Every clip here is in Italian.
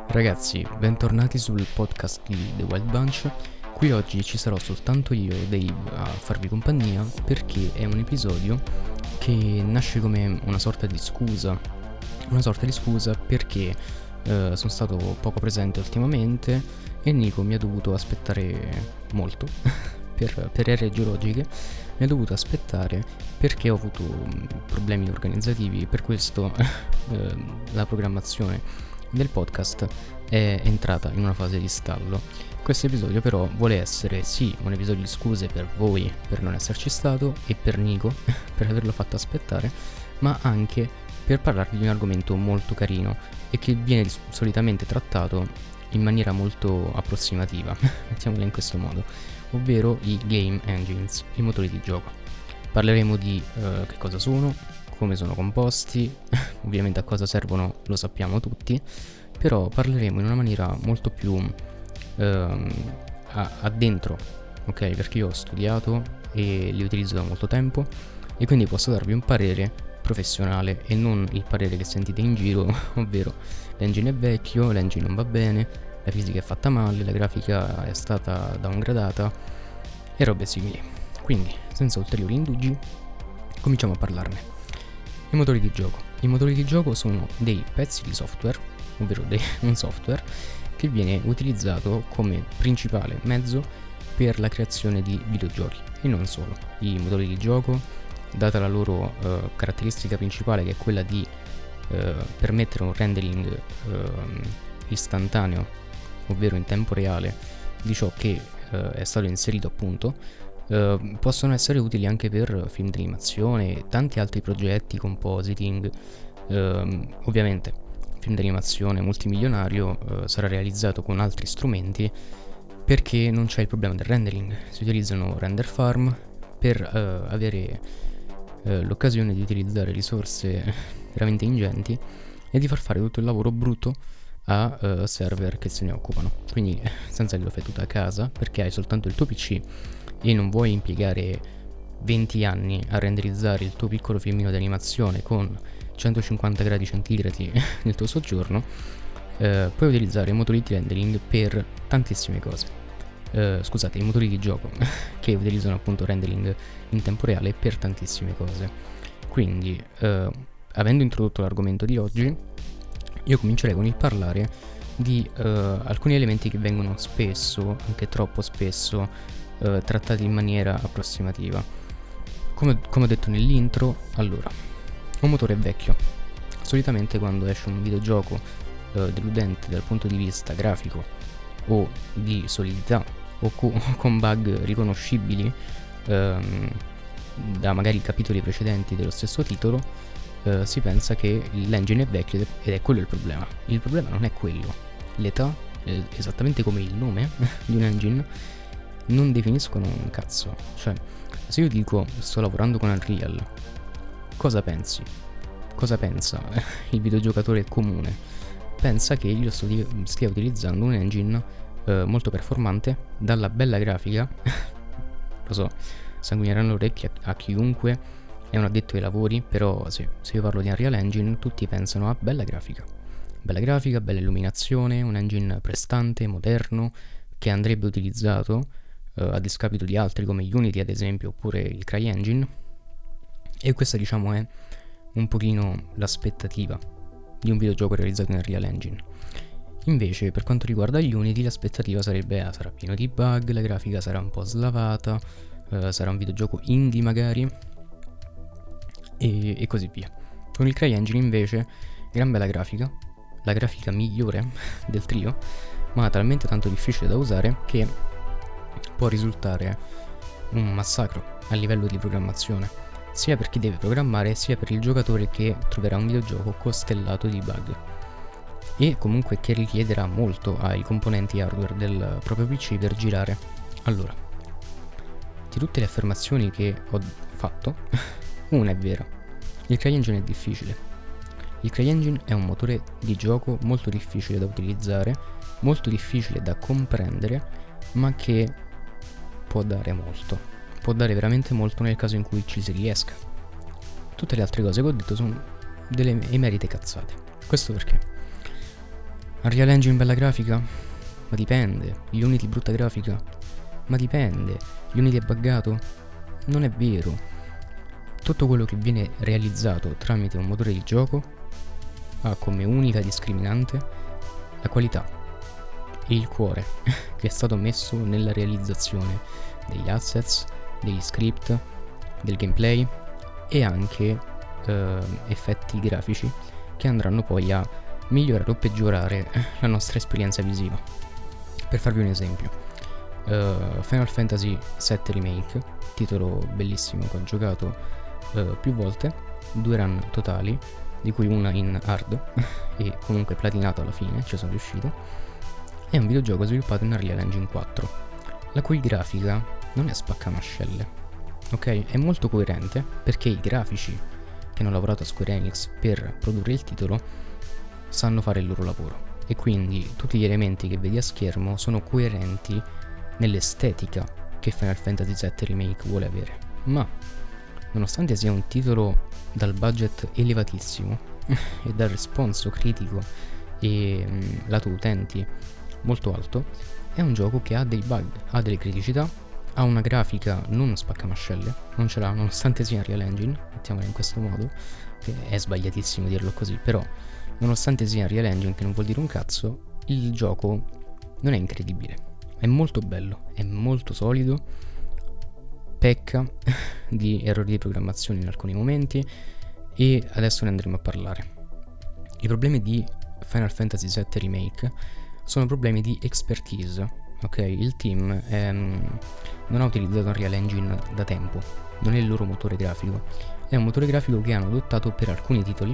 Ragazzi, bentornati sul podcast di The Wild Bunch. Qui oggi ci sarò soltanto io e Dave a farvi compagnia perché è un episodio che nasce come una sorta di scusa perché sono stato poco presente ultimamente e Nico mi ha dovuto aspettare molto per ere geologiche. Mi ha dovuto aspettare perché ho avuto problemi organizzativi, per questo la programmazione del podcast è entrata in una fase di stallo. Questo episodio però vuole essere sì un episodio di scuse per voi per non esserci stato e per Nico per averlo fatto aspettare, ma anche per parlarvi di un argomento molto carino e che viene solitamente trattato in maniera molto approssimativa, mettiamola in questo modo, ovvero i game engines, i motori di gioco. Parleremo di che cosa sono, come sono composti, ovviamente a cosa servono lo sappiamo tutti, però parleremo in una maniera molto più addentro, ok? Perché io ho studiato e li utilizzo da molto tempo e quindi posso darvi un parere professionale e non il parere che sentite in giro, ovvero l'engine è vecchio, l'engine non va bene, la fisica è fatta male, la grafica è stata downgradata e robe simili. Quindi, senza ulteriori indugi, cominciamo a parlarne. I motori di gioco. I motori di gioco sono dei pezzi di software, ovvero un software che viene utilizzato come principale mezzo per la creazione di videogiochi e non solo. I motori di gioco, data la loro caratteristica principale che è quella di permettere un rendering istantaneo, ovvero in tempo reale, di ciò che è stato inserito appunto, possono essere utili anche per film di animazione e tanti altri progetti, compositing. Ovviamente film di animazione multimilionario sarà realizzato con altri strumenti perché non c'è il problema del rendering. Si utilizzano render farm per avere l'occasione di utilizzare risorse veramente ingenti e di far fare tutto il lavoro brutto a server che se ne occupano, quindi senza che lo fai tutto a casa perché hai soltanto il tuo PC e non vuoi impiegare 20 anni a renderizzare il tuo piccolo filmino di animazione con 150 gradi centigradi nel tuo soggiorno. Puoi utilizzare i motori di rendering per tantissime cose. Scusate, i motori di gioco che utilizzano appunto rendering in tempo reale per tantissime cose. Quindi, avendo introdotto l'argomento di oggi, io comincerei con il parlare di alcuni elementi che vengono spesso, anche troppo spesso, trattati in maniera approssimativa. Come ho detto nell'intro, allora, un motore è vecchio. Solitamente quando esce un videogioco deludente dal punto di vista grafico o di solidità o con bug riconoscibili da magari capitoli precedenti dello stesso titolo, si pensa che l'engine è vecchio ed è quello il problema. Il problema non è quello. L'età, esattamente come il nome di un engine, non definiscono un cazzo. Cioè, se io dico sto lavorando con Unreal, cosa pensi? Cosa pensa il videogiocatore comune? Pensa che io stia utilizzando un engine molto performante, dalla bella grafica. Lo so, sanguineranno le orecchie a chiunque è un addetto ai lavori, però se io parlo di Unreal Engine tutti pensano a bella grafica, bella illuminazione, un engine prestante, moderno, che andrebbe utilizzato a discapito di altri come Unity ad esempio, oppure il CryEngine. E questa diciamo è un pochino l'aspettativa di un videogioco realizzato in Unreal Engine. Invece per quanto riguarda Unity l'aspettativa sarebbe sarà pieno di bug, la grafica sarà un po' slavata, sarà un videogioco indie magari e così via. Con il CryEngine invece gran bella grafica, la grafica migliore del trio, ma talmente tanto difficile da usare che può risultare un massacro a livello di programmazione, sia per chi deve programmare sia per il giocatore che troverà un videogioco costellato di bug e comunque che richiederà molto ai componenti hardware del proprio PC per girare. Allora, di tutte le affermazioni che ho fatto, una è vera: il CryEngine è difficile. Il CryEngine è un motore di gioco molto difficile da utilizzare, molto difficile da comprendere, ma che può dare molto, può dare veramente molto nel caso in cui ci si riesca. Tutte le altre cose che ho detto sono delle emerite cazzate. Questo perché Unreal Engine bella grafica? Ma dipende. Unity brutta grafica? Ma dipende. Unity è buggato? Non è vero. Tutto quello che viene realizzato tramite un motore di gioco ha come unica discriminante la qualità e il cuore che è stato messo nella realizzazione degli assets, degli script, del gameplay e anche effetti grafici che andranno poi a migliorare o peggiorare la nostra esperienza visiva. Per farvi un esempio, Final Fantasy VII Remake, titolo bellissimo che ho giocato più volte, 2 run totali, di cui una in hard e comunque platinato alla fine, ci sono riuscito. È un videogioco sviluppato in Unreal Engine 4, la cui grafica non è spaccamascelle, ok? È molto coerente perché i grafici che hanno lavorato a Square Enix per produrre il titolo sanno fare il loro lavoro e quindi tutti gli elementi che vedi a schermo sono coerenti nell'estetica che Final Fantasy VII Remake vuole avere. Ma nonostante sia un titolo dal budget elevatissimo e dal responso critico e lato utenti molto alto, è un gioco che ha dei bug, ha delle criticità, ha una grafica non spaccamascelle, non ce l'ha nonostante sia Unreal Engine, mettiamola in questo modo, che è sbagliatissimo dirlo così, però nonostante sia Unreal Engine, che non vuol dire un cazzo, il gioco non è incredibile, è molto bello, è molto solido, pecca di errori di programmazione in alcuni momenti e adesso ne andremo a parlare. I problemi di Final Fantasy VII Remake sono problemi di expertise, ok? Il team non ha utilizzato Unreal Engine da tempo, non è il loro motore grafico, è un motore grafico che hanno adottato per alcuni titoli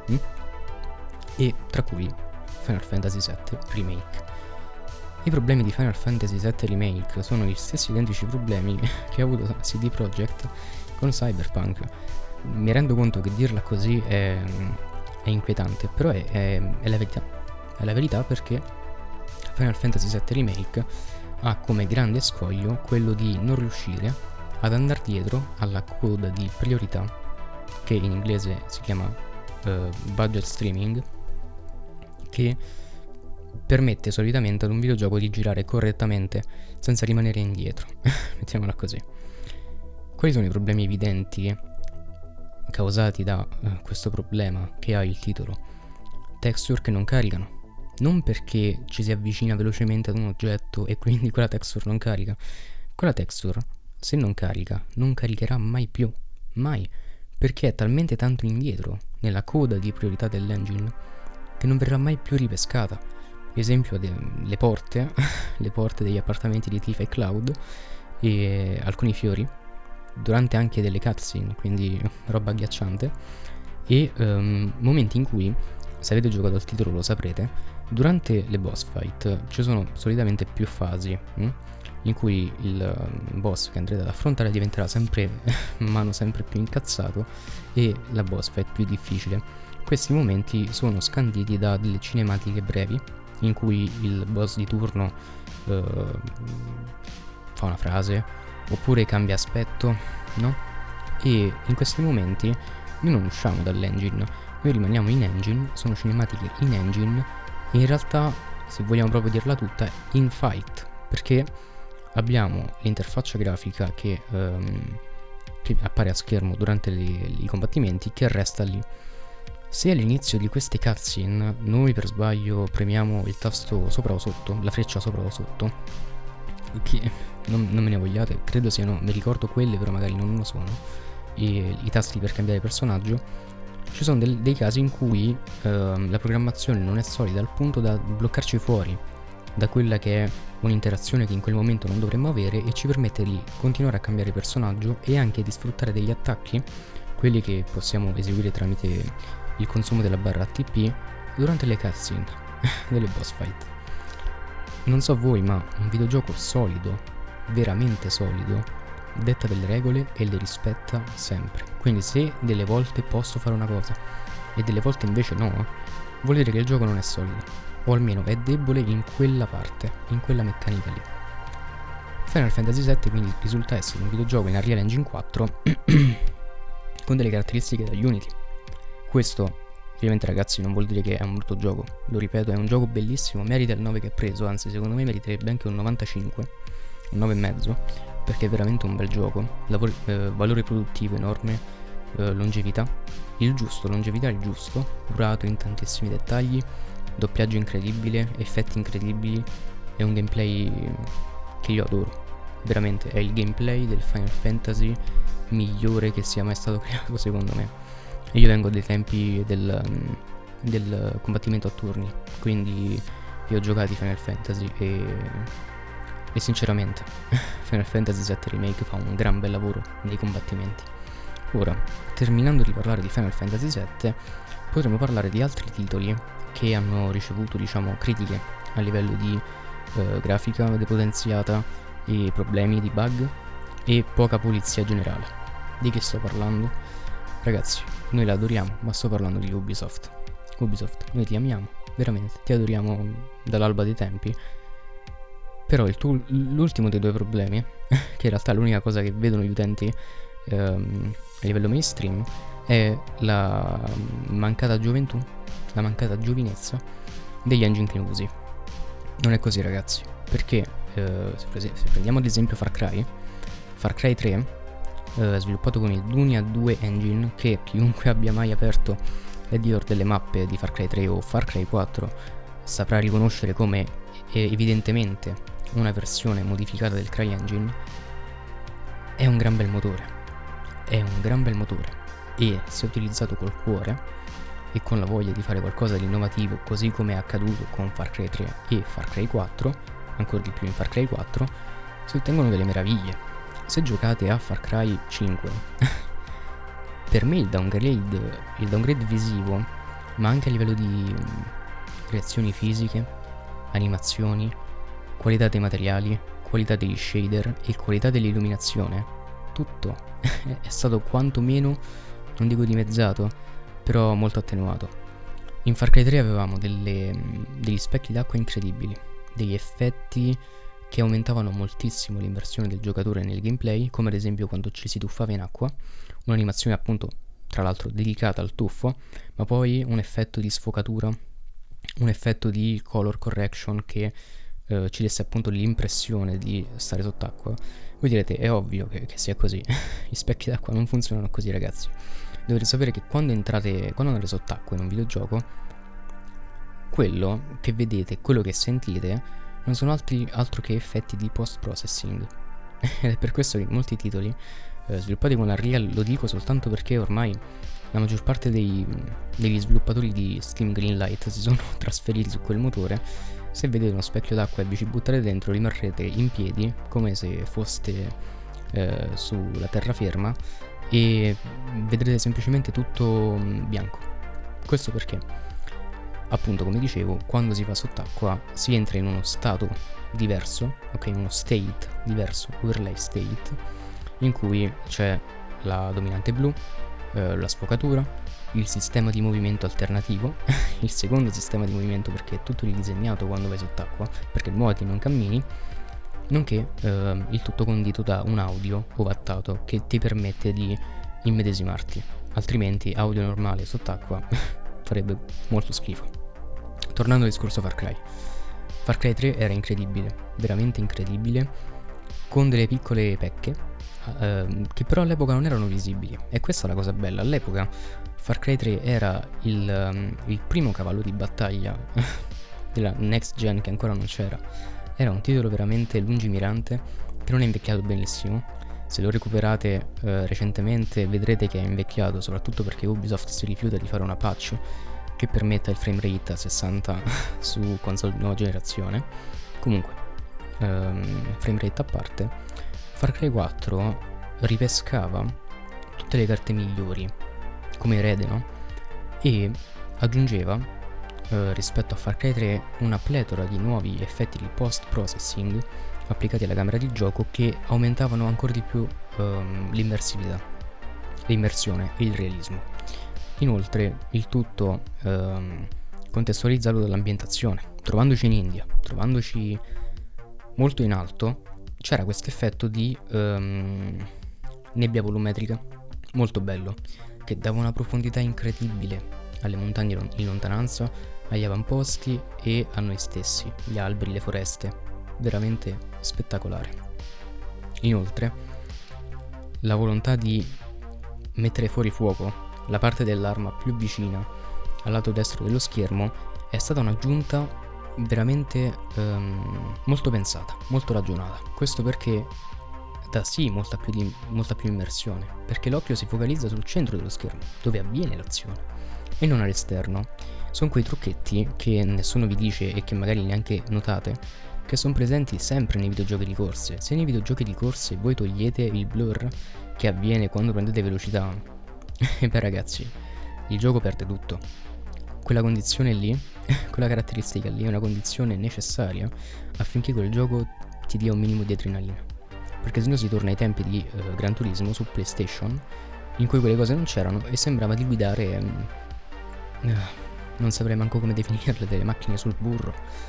e tra cui Final Fantasy VII Remake. I problemi di Final Fantasy VII Remake sono gli stessi identici problemi che ha avuto CD Projekt con Cyberpunk. Mi rendo conto che dirla così è inquietante, però è la verità. È la verità perché Final Fantasy VII Remake ha come grande scoglio quello di non riuscire ad andare dietro alla coda di priorità, che in inglese si chiama budget streaming, che permette solitamente ad un videogioco di girare correttamente senza rimanere indietro. Mettiamola così. Quali sono i problemi evidenti causati da questo problema che ha il titolo? Texture che non caricano, non perché ci si avvicina velocemente ad un oggetto e quindi quella texture non carica. Quella texture, se non carica, non caricherà mai più, mai, perché è talmente tanto indietro nella coda di priorità dell'engine che non verrà mai più ripescata. Esempio, le porte degli appartamenti di Tifa e Cloud e alcuni fiori durante anche delle cutscene, quindi roba agghiacciante, e momenti in cui, se avete giocato al titolo lo saprete, durante le boss fight ci sono solitamente più fasi in cui il boss che andrete ad affrontare diventerà sempre mano sempre più incazzato e la boss fight più difficile. Questi momenti sono scanditi da delle cinematiche brevi in cui il boss di turno fa una frase oppure cambia aspetto, no? E in questi momenti noi non usciamo dall'engine, noi rimaniamo in engine, sono cinematiche in engine e in realtà, se vogliamo proprio dirla tutta, in fight, perché abbiamo l'interfaccia grafica che appare a schermo durante i combattimenti, che resta lì. Se all'inizio di queste cutscene noi per sbaglio premiamo il tasto sopra o sotto, la freccia sopra o sotto, che non me ne vogliate, credo siano, mi ricordo quelle però magari non lo sono, e i tasti per cambiare personaggio, ci sono dei casi in cui la programmazione non è solida al punto da bloccarci fuori da quella che è un'interazione che in quel momento non dovremmo avere e ci permette di continuare a cambiare personaggio e anche di sfruttare degli attacchi, quelli che possiamo eseguire tramite il consumo della barra ATP durante le cutscene delle boss fight. Non so voi, ma un videogioco solido, veramente solido, detta delle regole e le rispetta sempre. Quindi se delle volte posso fare una cosa e delle volte invece no, vuol dire che il gioco non è solido, o almeno è debole in quella parte, in quella meccanica lì. Final Fantasy VII quindi risulta essere un videogioco in Unreal Engine 4 con delle caratteristiche da Unity. Questo Ovviamente ragazzi non vuol dire che è un brutto gioco, lo ripeto, è un gioco bellissimo, merita il 9 che ha preso, anzi secondo me meriterebbe anche un 95, un 9,5, perché è veramente un bel gioco, valore produttivo enorme, longevità, longevità il giusto, curato in tantissimi dettagli, doppiaggio incredibile, effetti incredibili e un gameplay che io adoro. Veramente è il gameplay del Final Fantasy migliore che sia mai stato creato secondo me. Io vengo dai tempi del combattimento a turni, quindi io ho giocato i Final Fantasy e sinceramente Final Fantasy VII Remake fa un gran bel lavoro nei combattimenti. Ora, terminando di parlare di Final Fantasy VII, potremo parlare di altri titoli che hanno ricevuto, diciamo, critiche a livello di grafica depotenziata e problemi di bug e poca pulizia generale. Di che sto parlando? Ragazzi, noi la adoriamo, ma sto parlando di Ubisoft. Ubisoft, noi ti amiamo, veramente, ti adoriamo dall'alba dei tempi. Però l'ultimo dei due problemi, che in realtà è l'unica cosa che vedono gli utenti a livello mainstream, è la mancata gioventù, la mancata giovinezza degli engine che usi. Non è così ragazzi, perché se prendiamo ad esempio Far Cry 3, sviluppato con il Dunia 2 engine, che chiunque abbia mai aperto l'editor delle mappe di Far Cry 3 o Far Cry 4 saprà riconoscere come evidentemente una versione modificata del CryEngine, è un gran bel motore, e se utilizzato col cuore e con la voglia di fare qualcosa di innovativo, così come è accaduto con Far Cry 3 e Far Cry 4, ancora di più in Far Cry 4, si ottengono delle meraviglie. Se giocate a Far Cry 5, per me il downgrade visivo, ma anche a livello di creazioni fisiche, animazioni, qualità dei materiali, qualità degli shader e qualità dell'illuminazione, tutto è stato quantomeno, non dico dimezzato, però molto attenuato. In Far Cry 3 avevamo degli specchi d'acqua incredibili, degli effetti che aumentavano moltissimo l'immersione del giocatore nel gameplay, come ad esempio quando ci si tuffava in acqua, un'animazione appunto tra l'altro dedicata al tuffo, ma poi un effetto di sfocatura, un effetto di color correction che ci desse appunto l'impressione di stare sott'acqua. Voi direte, è ovvio che sia così, gli specchi d'acqua non funzionano così ragazzi. Dovete sapere che quando andate sott'acqua in un videogioco, quello che vedete, quello che sentite non sono altro che effetti di post-processing. Ed è per questo che molti titoli sviluppati con Unreal, lo dico soltanto perché ormai la maggior parte degli sviluppatori di Steam Greenlight si sono trasferiti su quel motore. Se vedete uno specchio d'acqua e vi ci buttate dentro, rimarrete in piedi come se foste sulla terraferma e vedrete semplicemente tutto bianco. Questo perché, appunto, come dicevo, quando si va sott'acqua si entra in uno stato diverso, ok, uno state diverso, overlay state, in cui c'è la dominante blu, la sfocatura, il sistema di movimento alternativo, il secondo sistema di movimento perché è tutto ridisegnato quando vai sott'acqua, perché muoviti non cammini, nonché il tutto condito da un audio ovattato che ti permette di immedesimarti, altrimenti audio normale sott'acqua farebbe molto schifo. Tornando al discorso Far Cry 3 era incredibile, veramente incredibile, con delle piccole pecche che però all'epoca non erano visibili, e questa è la cosa bella. All'epoca Far Cry 3 era il primo cavallo di battaglia della next gen che ancora non c'era. Era un titolo veramente lungimirante che non è invecchiato benissimo. Se lo recuperate recentemente vedrete che è invecchiato, soprattutto perché Ubisoft si rifiuta di fare una patch che permetta il frame rate a 60 su console di nuova generazione. Comunque, frame rate a parte, Far Cry 4 ripescava tutte le carte migliori come erede, no? E aggiungeva rispetto a Far Cry 3 una pletora di nuovi effetti di post-processing applicati alla camera di gioco che aumentavano ancora di più l'immersività, l'immersione e il realismo. Inoltre il tutto contestualizzato dall'ambientazione. Trovandoci in India, trovandoci molto in alto, c'era questo effetto di nebbia volumetrica molto bello, che dava una profondità incredibile alle montagne in lontananza, agli avamposti e a noi stessi, gli alberi, le foreste. Veramente spettacolare. Inoltre, la volontà di mettere fuori fuoco la parte dell'arma più vicina al lato destro dello schermo è stata un'aggiunta veramente molto pensata, molto ragionata. Questo perché dà sì molta più immersione, perché l'occhio si focalizza sul centro dello schermo, dove avviene l'azione, e non all'esterno. Sono quei trucchetti che nessuno vi dice e che magari neanche notate, che sono presenti sempre nei videogiochi di corse. Se nei videogiochi di corse voi togliete il blur che avviene quando prendete velocità, e beh ragazzi, il gioco perde tutto. Quella condizione lì, quella caratteristica lì è una condizione necessaria affinché quel gioco ti dia un minimo di adrenalina. Perché sennò si torna ai tempi di Gran Turismo su PlayStation, in cui quelle cose non c'erano e sembrava di guidare, non saprei manco come definirle, delle macchine sul burro,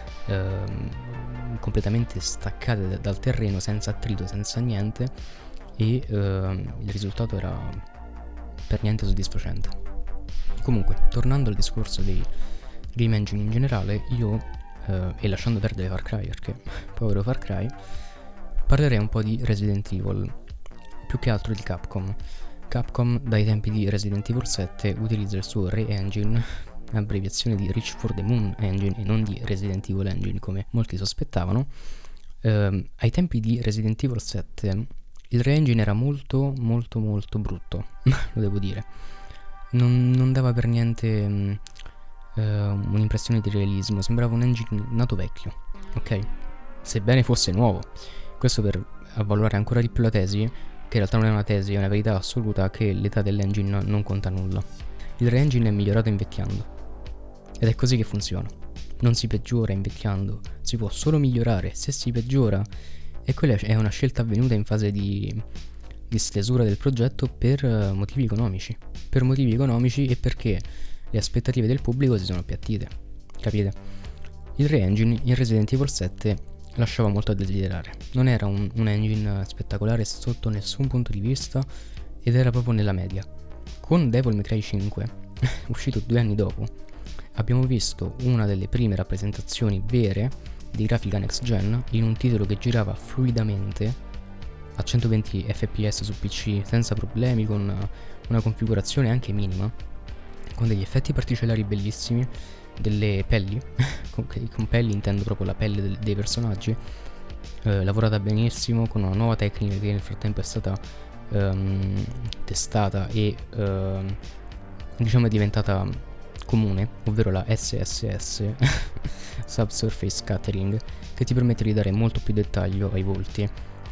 completamente staccate dal terreno, senza attrito, senza niente, e il risultato era per niente soddisfacente. Comunque, tornando al discorso dei game engine in generale, io, e lasciando perdere Far Cry, perché povero Far Cry, parlerei un po' di Resident Evil, più che altro di Capcom. Capcom, dai tempi di Resident Evil 7, utilizza il suo Re-Engine, abbreviazione di Reach for the Moon Engine e non di Resident Evil Engine come molti sospettavano. Ai tempi di Resident Evil 7 il Re-Engine era molto molto molto brutto, lo devo dire. Non dava per niente un'impressione di realismo, sembrava un engine nato vecchio, ok? Sebbene fosse nuovo. Questo per avvalorare ancora di più la tesi, che in realtà non è una tesi, è una verità assoluta, che l'età dell'engine non conta nulla. Il Re-Engine è migliorato invecchiando, ed è così che funziona. Non si peggiora invecchiando, si può solo migliorare. Se si peggiora, e quella è una scelta avvenuta in fase di stesura del progetto per motivi economici. Per motivi economici e perché le aspettative del pubblico si sono appiattite. Capite? Il Re-Engine in Resident Evil 7 lasciava molto a desiderare. Non era un engine spettacolare sotto nessun punto di vista ed era proprio nella media. Con Devil May Cry 5, uscito 2 anni dopo, abbiamo visto una delle prime rappresentazioni vere di grafica next gen in un titolo che girava fluidamente a 120 fps su PC senza problemi, con una configurazione anche minima, con degli effetti particellari bellissimi, delle pelli, con pelli intendo proprio la pelle dei personaggi, lavorata benissimo, con una nuova tecnica che nel frattempo è stata testata e diciamo è diventata comune, ovvero la SSS Subsurface Scattering, che ti permette di dare molto più dettaglio ai volti,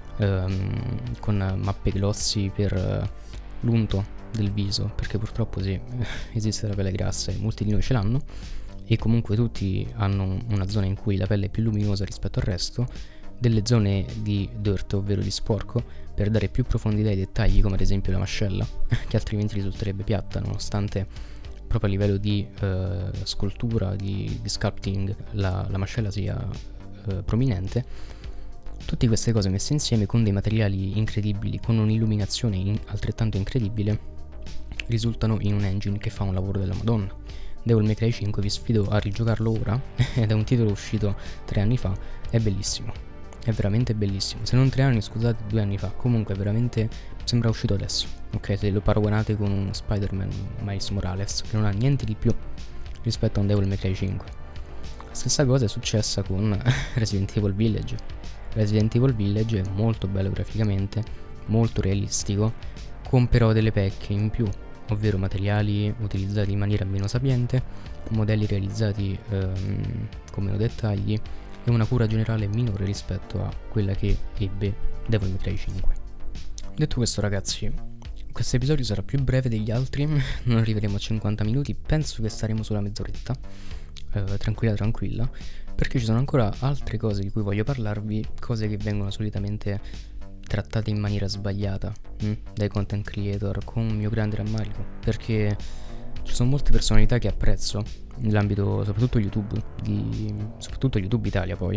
con mappe glossy per l'unto del viso, perché purtroppo sì, esiste la pelle grassa e molti di noi ce l'hanno, e comunque tutti hanno una zona in cui la pelle è più luminosa rispetto al resto, delle zone di dirt, ovvero di sporco, per dare più profondità ai dettagli, come ad esempio la mascella, che altrimenti risulterebbe piatta, nonostante proprio a livello di scultura, di sculpting, la mascella sia prominente. Tutte queste cose messe insieme con dei materiali incredibili, con un'illuminazione altrettanto incredibile, risultano in un engine che fa un lavoro della Madonna. Devil May Cry 5 vi sfido a rigiocarlo ora, ed è un titolo uscito 3 anni fa, è bellissimo, è veramente bellissimo. Se non 3 anni, scusate, 2 anni fa, comunque veramente sembra uscito adesso, ok? Se lo paragonate con un Spider-Man Miles Morales, che non ha niente di più rispetto a un Devil May Cry 5. La stessa cosa è successa con Resident Evil Village. Resident Evil Village è molto bello graficamente, molto realistico, con però delle pecche in più, ovvero materiali utilizzati in maniera meno sapiente, modelli realizzati con meno dettagli e una cura generale minore rispetto a quella che ebbe Devil May Cry 5. Detto questo, ragazzi, questo episodio sarà più breve degli altri, non arriveremo a 50 minuti, penso che staremo sulla mezz'oretta, tranquilla, perché ci sono ancora altre cose di cui voglio parlarvi, cose che vengono solitamente trattate in maniera sbagliata dai content creator, con un mio grande rammarico, perché ci sono molte personalità che apprezzo nell'ambito soprattutto YouTube, soprattutto YouTube Italia poi,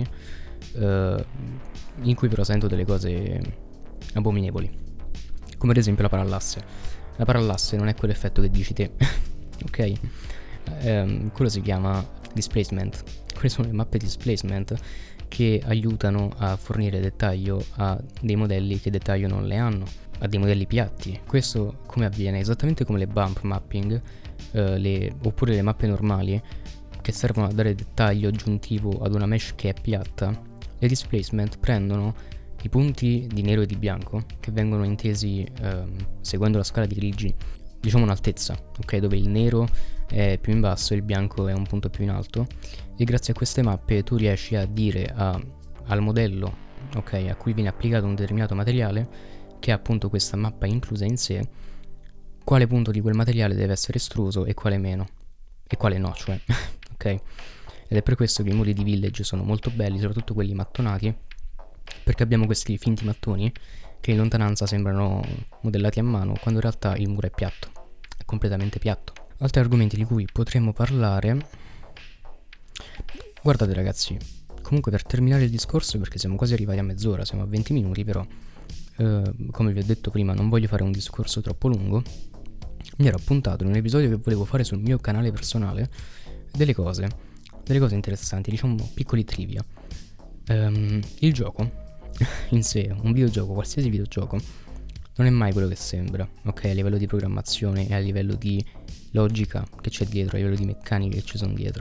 in cui però sento delle cose abominevoli, come ad esempio la parallasse. La parallasse non è quell'effetto che dici te ok? quello si chiama displacement. Quelle sono le mappe displacement che aiutano a fornire dettaglio a dei modelli che dettaglio non le hanno, a dei modelli piatti. Questo come avviene? Esattamente come le bump mapping, oppure le mappe normali che servono a dare dettaglio aggiuntivo ad una mesh che è piatta. Le displacement prendono i punti di nero e di bianco che vengono intesi seguendo la scala di grigi, diciamo un'altezza, ok, dove il nero è più in basso e il bianco è un punto più in alto, e grazie a queste mappe tu riesci a dire al modello, ok, a cui viene applicato un determinato materiale, che ha appunto questa mappa inclusa in sé, quale punto di quel materiale deve essere estruso e quale meno, e quale no, cioè, ok? Ed è per questo che i muri di Village sono molto belli, soprattutto quelli mattonati, perché abbiamo questi finti mattoni che in lontananza sembrano modellati a mano, quando in realtà il muro è piatto, è completamente piatto. Altri argomenti di cui potremmo parlare, guardate ragazzi, comunque per terminare il discorso, perché siamo quasi arrivati a mezz'ora, siamo a 20 minuti però, come vi ho detto prima non voglio fare un discorso troppo lungo, mi ero appuntato in un episodio che volevo fare sul mio canale personale delle cose interessanti, diciamo piccoli trivia. Il gioco in sé, un videogioco, qualsiasi videogioco, non è mai quello che sembra, ok? A livello di programmazione e a livello di logica che c'è dietro, a livello di meccaniche che ci sono dietro.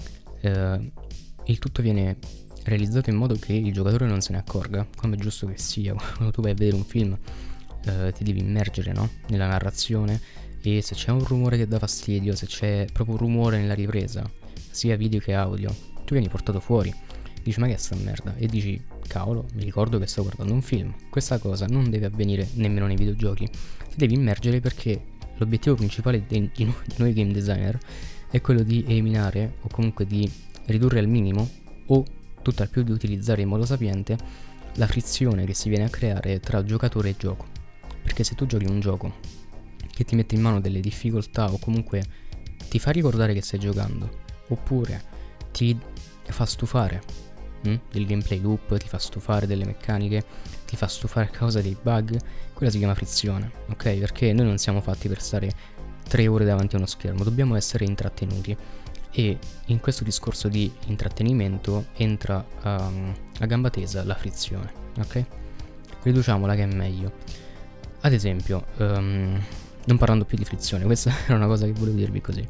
Il tutto viene realizzato in modo che il giocatore non se ne accorga, come è giusto che sia. Quando tu vai a vedere un film ti devi immergere, no? Nella narrazione, e se c'è un rumore che dà fastidio, se c'è proprio un rumore nella ripresa, sia video che audio, tu vieni portato fuori, dici ma che è sta merda, e dici cavolo, mi ricordo che sto guardando un film. Questa cosa non deve avvenire nemmeno nei videogiochi, ti devi immergere, perché l'obiettivo principale di noi game designer è quello di eliminare, o comunque di ridurre al minimo, o tutt'al più di utilizzare in modo sapiente, la frizione che si viene a creare tra giocatore e gioco. Perché se tu giochi un gioco che ti mette in mano delle difficoltà, o comunque ti fa ricordare che stai giocando, oppure ti fa stufare del gameplay loop, ti fa stufare delle meccaniche, ti fa stufare a causa dei bug, quella si chiama frizione, ok? Perché noi non siamo fatti per stare 3 ore davanti a uno schermo, dobbiamo essere intrattenuti, e in questo discorso di intrattenimento entra a gamba tesa la frizione, ok? Riduciamola che è meglio. Ad esempio, non parlando più di frizione, questa era una cosa che volevo dirvi così,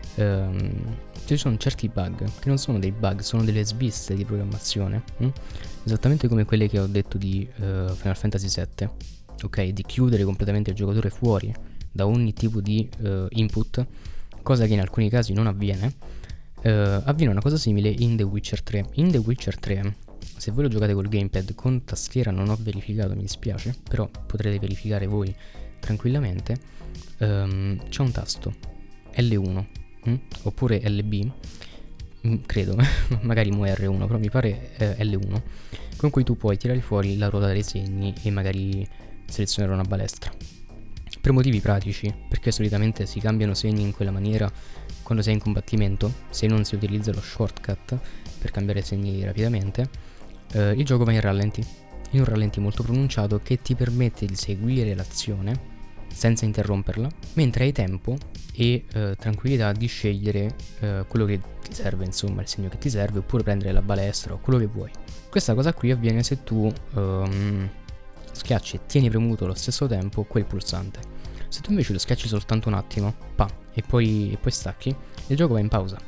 ci sono certi bug che non sono dei bug, sono delle sviste di programmazione, esattamente come quelle che ho detto di Final Fantasy VII, ok? Di chiudere completamente il giocatore fuori da ogni tipo di input, cosa che in alcuni casi non avviene. Avviene una cosa simile in The Witcher 3. In The Witcher 3, se voi lo giocate col gamepad con tastiera, non ho verificato, mi dispiace, però potrete verificare voi tranquillamente, c'è un tasto L1 oppure LB, credo, magari mo R1, però mi pare L1, con cui tu puoi tirare fuori la ruota dei segni e magari selezionare una balestra. Per motivi pratici, perché solitamente si cambiano segni in quella maniera quando sei in combattimento, se non si utilizza lo shortcut per cambiare segni rapidamente, il gioco va in un rallenti molto pronunciato che ti permette di seguire l'azione senza interromperla, mentre hai tempo e tranquillità di scegliere quello che ti serve, insomma il segno che ti serve, oppure prendere la balestra o quello che vuoi. Questa cosa qui avviene se tu schiacci e tieni premuto allo stesso tempo quel pulsante. Se tu invece lo schiacci soltanto un attimo, e poi stacchi, il gioco va in pausa.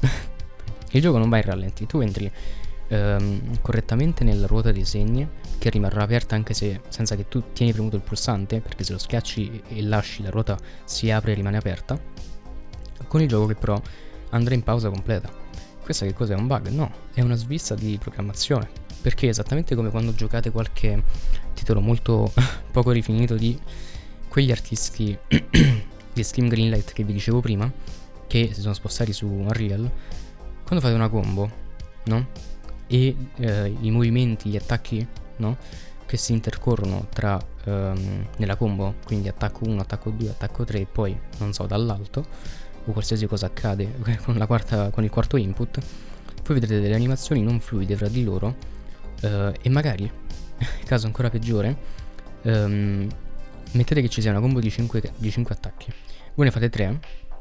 Il gioco non va in rallenti, tu entri correttamente nella ruota dei segni, che rimarrà aperta anche se senza che tu tieni premuto il pulsante, perché se lo schiacci e lasci la ruota si apre e rimane aperta, con il gioco che però andrà in pausa completa. Questa che cos'è? Un bug? No, è una svista di programmazione, perché esattamente come quando giocate qualche titolo molto poco rifinito di quegli artisti di Steam Greenlight che vi dicevo prima, che si sono spostati su Unreal, quando fate una combo, no? E i movimenti, gli attacchi, no? Che si intercorrono tra nella combo, quindi attacco 1, attacco 2, attacco 3 e poi, non so, dall'alto, o qualsiasi cosa accade con il quarto input, voi vedrete delle animazioni non fluide fra di loro, e magari, caso ancora peggiore, mettete che ci sia una combo di 5 attacchi, voi ne fate 3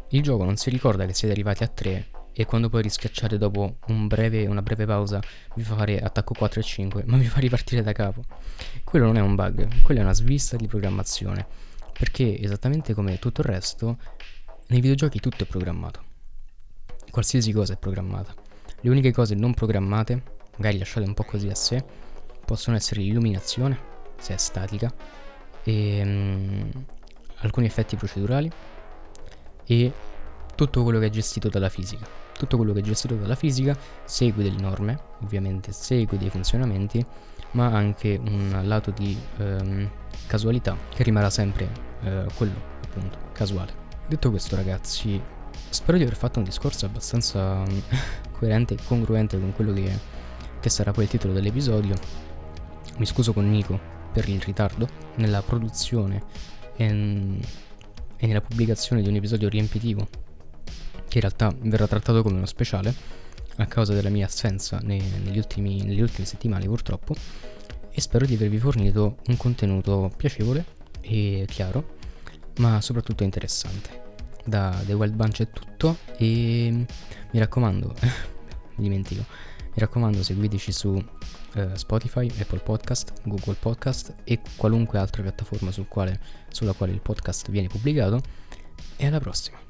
il gioco non si ricorda che siete arrivati a 3 e quando poi rischiacciate dopo una breve pausa vi fa fare attacco 4 e 5, ma vi fa ripartire da capo. Quello non è un bug, quella è una svista di programmazione, perché esattamente come tutto il resto, nei videogiochi tutto è programmato. Qualsiasi cosa è programmata. Le uniche cose non programmate, magari lasciate un po' così a sé, possono essere l'illuminazione, se è statica, e alcuni effetti procedurali e tutto quello che è gestito dalla fisica. Tutto quello che è gestito dalla fisica segue delle norme, ovviamente segue dei funzionamenti, ma anche un lato di casualità che rimarrà sempre quello, appunto, casuale. Detto questo, ragazzi, spero di aver fatto un discorso abbastanza coerente e congruente con quello che sarà poi il titolo dell'episodio. Mi scuso con Nico per il ritardo nella produzione e nella pubblicazione di un episodio riempitivo, che in realtà verrà trattato come uno speciale a causa della mia assenza nelle ultime settimane, purtroppo, e spero di avervi fornito un contenuto piacevole e chiaro, ma soprattutto interessante. Da The Wild Bunch è tutto e mi raccomando, mi raccomando, seguiteci su Spotify, Apple Podcast, Google Podcast e qualunque altra piattaforma sulla quale il podcast viene pubblicato, e alla prossima.